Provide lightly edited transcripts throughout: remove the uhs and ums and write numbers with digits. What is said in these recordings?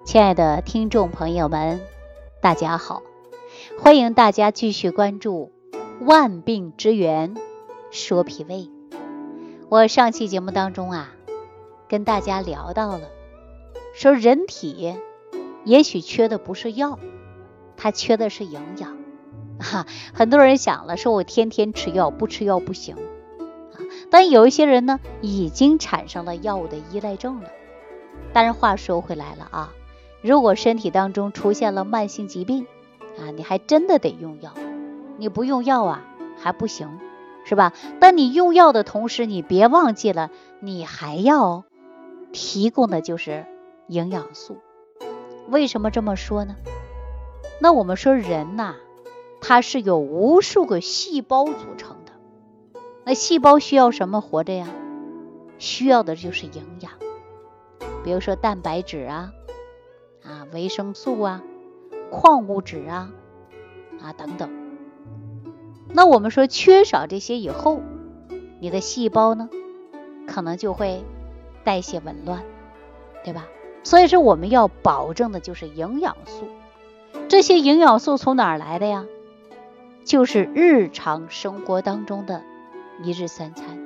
亲爱的听众朋友们，大家好，欢迎大家继续关注万病之源说脾胃。我上期节目当中跟大家聊到了，说人体也许缺的不是药，它缺的是营养。很多人想了，说我天天吃药，不吃药不行。但有一些人呢，已经产生了药物的依赖症了。但是话说回来了如果身体当中出现了慢性疾病你还真的得用药。你不用药还不行，是吧？但你用药的同时，你别忘记了，你还要提供的就是营养素。为什么这么说呢？那我们说人它是有无数个细胞组成的。那细胞需要什么活着呀？需要的就是营养。比如说蛋白质维生素矿物质等等。那我们说缺少这些以后，你的细胞呢可能就会代谢紊乱，对吧？所以说我们要保证的就是营养素。这些营养素从哪儿来的呀？就是日常生活当中的一日三餐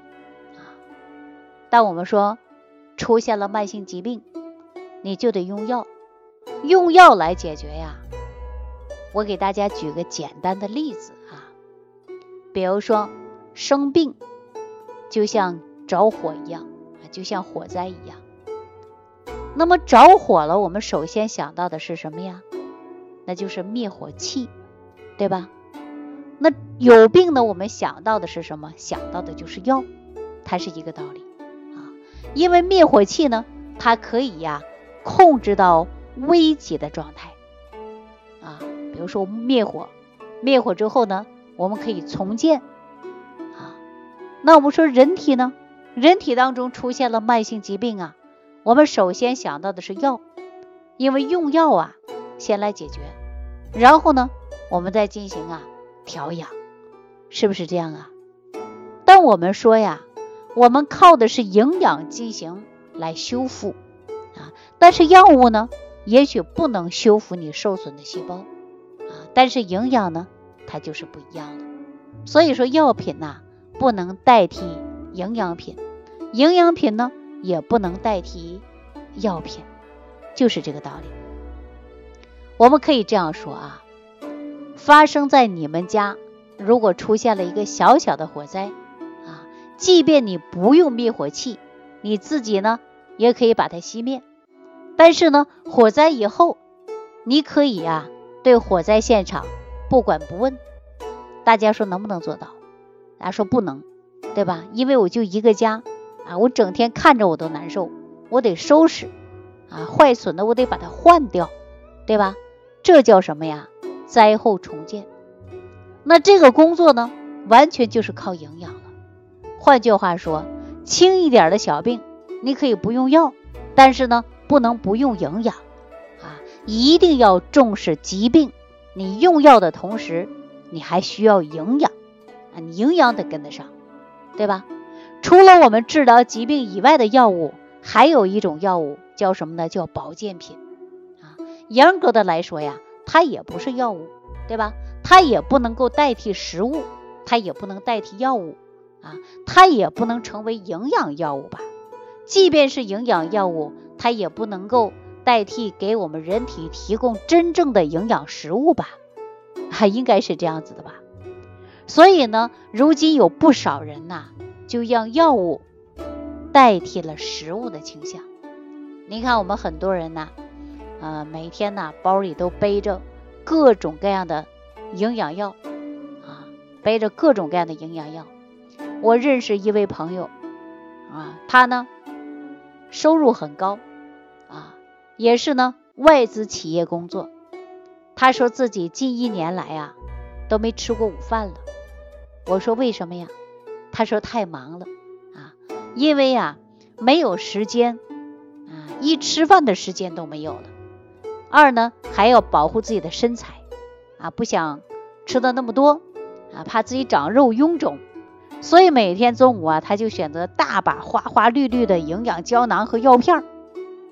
但我们说出现了慢性疾病，你就得用药，用药来解决呀。我给大家举个简单的例子比如说生病就像着火一样，就像火灾一样。那么着火了，我们首先想到的是什么呀？那就是灭火器，对吧？那有病呢，我们想到的是什么？想到的就是药，它是一个道理因为灭火器呢，它可以控制到危急的状态比如说灭火之后呢，我们可以重建那我们说人体呢，人体当中出现了慢性疾病我们首先想到的是药，因为用药先来解决，然后呢我们再进行调养，是不是这样但我们说我们靠的是营养进行来修复但是药物呢也许不能修复你受损的细胞但是营养呢它就是不一样的。所以说药品不能代替营养品，营养品呢也不能代替药品，就是这个道理。我们可以这样说发生在你们家如果出现了一个小小的火灾即便你不用灭火器，你自己呢也可以把它熄灭。但是呢火灾以后，你可以对火灾现场不管不问。大家说能不能做到？大家说不能，对吧？因为我就一个家我整天看着我都难受，我得收拾坏损的我得把它换掉，对吧？这叫什么呀？灾后重建。那这个工作呢完全就是靠营养了。换句话说，轻一点的小病你可以不用药，但是呢不能不用营养一定要重视疾病。你用药的同时，你还需要营养你营养得跟得上，对吧？除了我们治疗疾病以外的药物，还有一种药物叫什么呢？叫保健品严格的来说它也不是药物，对吧？它也不能够代替食物，它也不能代替药物它也不能成为营养药物吧。即便是营养药物，它也不能够代替给我们人体提供真正的营养食物吧应该是这样子的吧。所以呢如今有不少人就让药物代替了食物的倾向。你看我们很多人每天包里都背着各种各样的营养药背着各种各样的营养药。我认识一位朋友他呢收入很高也是呢外资企业工作。他说自己近1年来都没吃过午饭了。我说为什么呀？他说太忙了因为没有时间一吃饭的时间都没有了。二呢还要保护自己的身材不想吃的那么多怕自己长肉臃肿，所以每天中午他就选择大把花花绿绿的营养胶囊和药片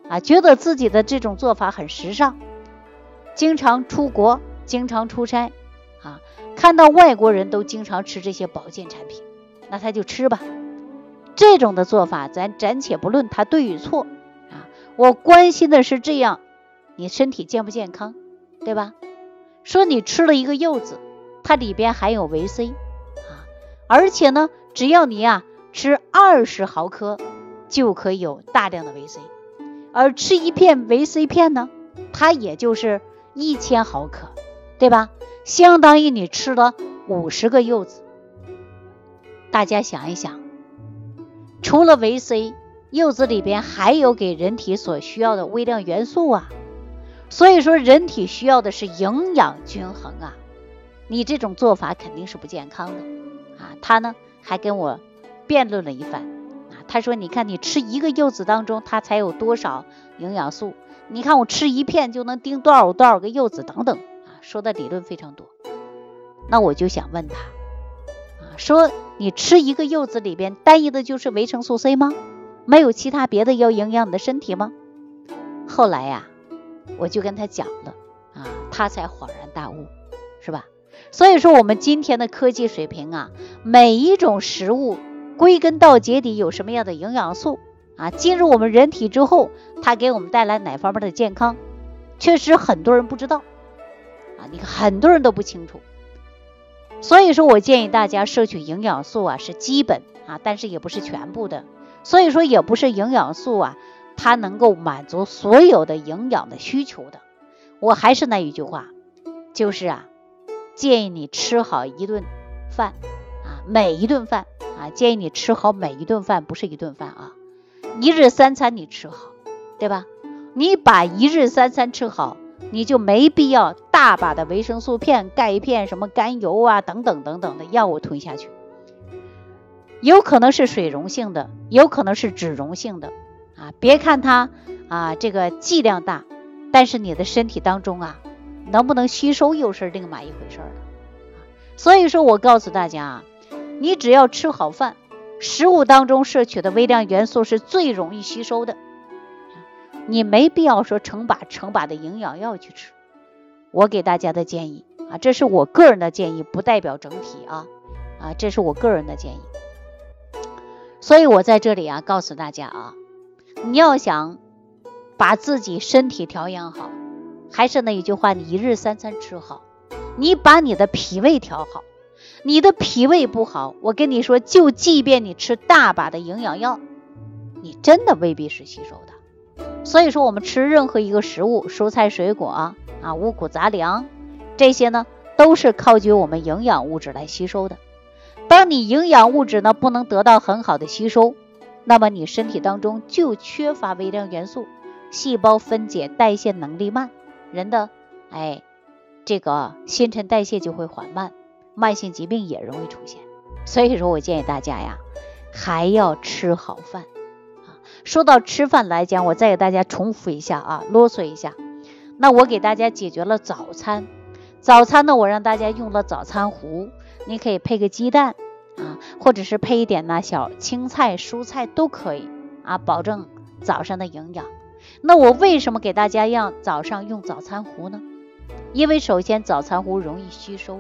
觉得自己的这种做法很时尚，经常出国，经常出差看到外国人都经常吃这些保健产品，那他就吃吧。这种的做法咱暂且不论它对与错我关心的是这样你身体健不健康，对吧？说你吃了一个柚子，它里边含有维 C而且呢只要你吃20毫克就可以有大量的维 C， 而吃一片维 C 片呢，它也就是1000毫克，对吧？相当于你吃了50个柚子。大家想一想，除了维 C， 柚子里边还有给人体所需要的微量元素所以说人体需要的是营养均衡你这种做法肯定是不健康的他呢还跟我辩论了一番他说你看你吃一个柚子当中它才有多少营养素，你看我吃一片就能叮多少个柚子等等说的理论非常多。那我就想问他说你吃一个柚子里边单一的就是维生素 C 吗？没有其他别的要营养你的身体吗？后来我就跟他讲了他才恍然大悟，是吧？所以说我们今天的科技水平每一种食物归根到结底有什么样的营养素进入我们人体之后它给我们带来哪方面的健康，确实很多人不知道你看很多人都不清楚。所以说我建议大家摄取营养素是基本但是也不是全部的，所以说也不是营养素它能够满足所有的营养的需求的。我还是那一句话，就是建议你吃好一顿饭每一顿饭建议你吃好每一顿饭，不是一顿饭一日三餐你吃好，对吧？你把一日三餐吃好，你就没必要大把的维生素片、钙片、什么甘油等等等等的药物吞下去，有可能是水溶性的，有可能是脂溶性的别看它这个剂量大，但是你的身体当中能不能吸收又是另外一回事了。所以说我告诉大家你只要吃好饭，食物当中摄取的微量元素是最容易吸收的，你没必要说成把的营养药去吃。我给大家的建议这是我个人的建议，不代表整体这是我个人的建议。所以我在这里告诉大家你要想把自己身体调养好，还是那一句话，你一日三餐吃好，你把你的脾胃调好。你的脾胃不好，我跟你说，就即便你吃大把的营养药，你真的未必是吸收的。所以说我们吃任何一个食物，蔬菜水果五谷杂粮，这些呢都是靠据我们营养物质来吸收的。当你营养物质呢不能得到很好的吸收，那么你身体当中就缺乏微量元素，细胞分解代谢能力慢，人的这个新陈代谢就会缓慢，慢性疾病也容易出现。所以说我建议大家还要吃好饭说到吃饭来讲，我再给大家重复一下啰嗦一下。那我给大家解决了早餐呢，我让大家用了早餐糊，你可以配个鸡蛋或者是配一点小青菜蔬菜都可以保证早上的营养。那我为什么给大家让早上用早餐糊呢？因为首先早餐糊容易吸收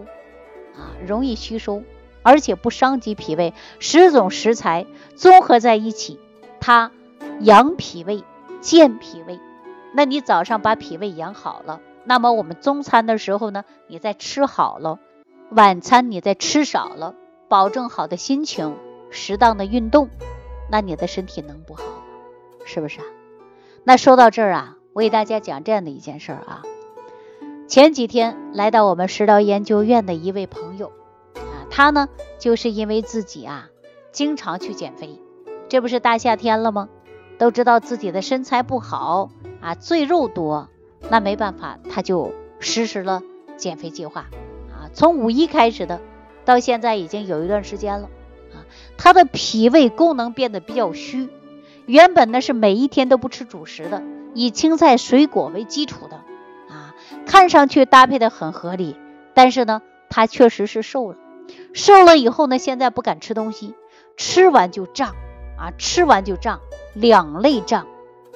而且不伤及脾胃，10种食材综合在一起，它养脾胃健脾胃。那你早上把脾胃养好了，那么我们中餐的时候呢，你再吃好了，晚餐你再吃少了，保证好的心情，适当的运动，那你的身体能不好吗？是不是那说到这儿我给大家讲这样的一件事前几天来到我们食疗研究院的一位朋友他呢就是因为自己经常去减肥，这不是大夏天了吗？都知道自己的身材不好赘肉多，那没办法，他就实施了减肥计划从5·1开始的，到现在已经有一段时间了他的脾胃功能变得比较虚，原本呢是每一天都不吃主食的，以青菜水果为基础的看上去搭配的很合理，但是呢他确实是瘦了以后呢，现在不敢吃东西，吃完就胀，两肋胀，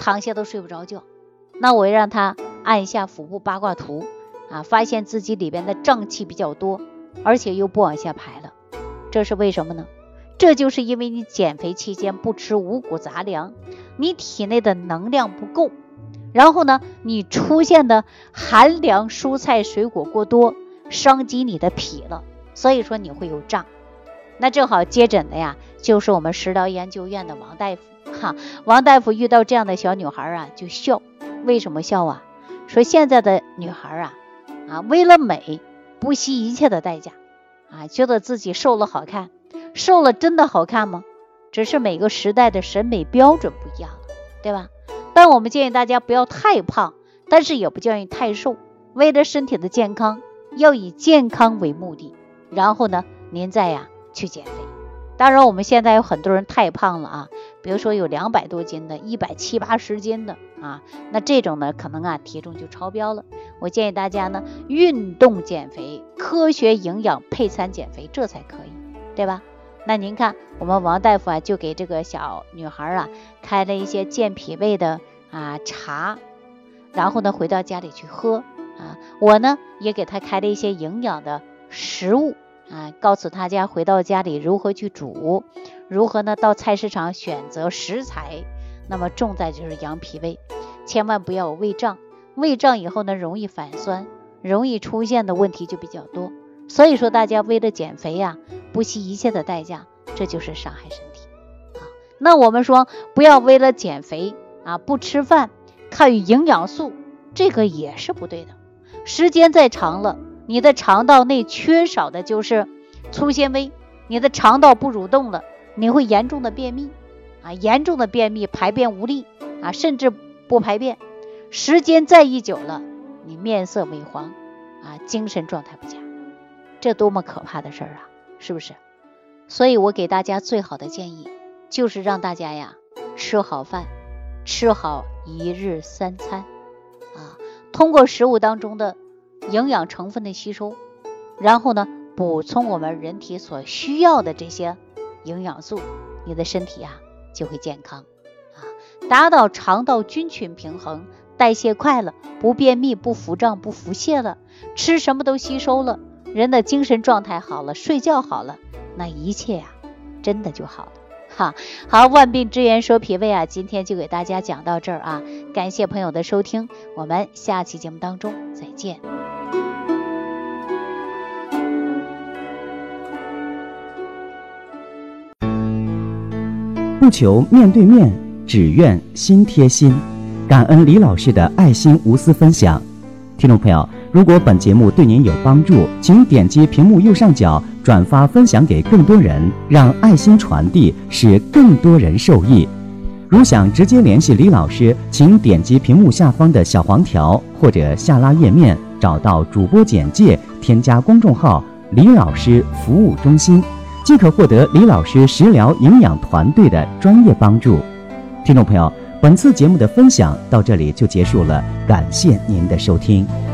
躺下都睡不着觉。那我让他按一下腹部八卦图啊，发现自己里边的胀气比较多，而且又不往下排了。这是为什么呢？这就是因为你减肥期间不吃五谷杂粮，你体内的能量不够，然后呢，你出现的寒凉蔬菜水果过多，伤及你的脾了，所以说你会有胀。那正好接诊的呀，就是我们食疗研究院的王大夫哈。王大夫遇到这样的小女孩啊，就笑。为什么笑啊？说现在的女孩啊，为了美不惜一切的代价啊，觉得自己瘦了好看。瘦了真的好看吗？只是每个时代的审美标准不一样了，对吧？但我们建议大家不要太胖，但是也不建议太瘦。为了身体的健康，要以健康为目的，然后呢，您再去减肥。当然我们现在有很多人太胖了啊，比如说有200多斤的，170、180斤的啊，那这种呢可能体重就超标了。我建议大家呢运动减肥，科学营养配餐减肥，这才可以，对吧？那您看我们王大夫就给这个小女孩开了一些健脾胃的茶，然后呢回到家里去喝我呢也给她开了一些营养的食物告诉大家回到家里如何去煮，如何呢到菜市场选择食材。那么重在就是养脾胃，千万不要有胃胀，胃胀以后呢容易反酸，容易出现的问题就比较多。所以说大家为了减肥不惜一切的代价，这就是伤害身体那我们说不要为了减肥不吃饭，看营养素，这个也是不对的。时间再长了，你的肠道内缺少的就是粗纤维，你的肠道不蠕动了，你会严重的便秘严重的便秘，排便无力甚至不排便。时间再一久了，你面色萎黄精神状态不佳，这多么可怕的事是不是？所以我给大家最好的建议就是让大家吃好饭，吃好1日3餐通过食物当中的营养成分的吸收，然后呢补充我们人体所需要的这些营养素，你的身体就会健康达到肠道菌群平衡，代谢快了，不便秘，不腹胀，不腹泻了，吃什么都吸收了，人的精神状态好了，睡觉好了，那一切真的就好了好，万病之源说脾胃今天就给大家讲到这儿感谢朋友的收听，我们下期节目当中再见。 不求面对面，只愿心贴心。感恩李老师的爱心无私分享。听众朋友，如果本节目对您有帮助，请点击屏幕右上角转发分享给更多人，让爱心传递，使更多人受益。如想直接联系李老师，请点击屏幕下方的小黄条或者下拉页面，找到主播简介，添加公众号李老师服务中心，即可获得李老师食疗营养团队的专业帮助。听众朋友，本次节目的分享到这里就结束了，感谢您的收听。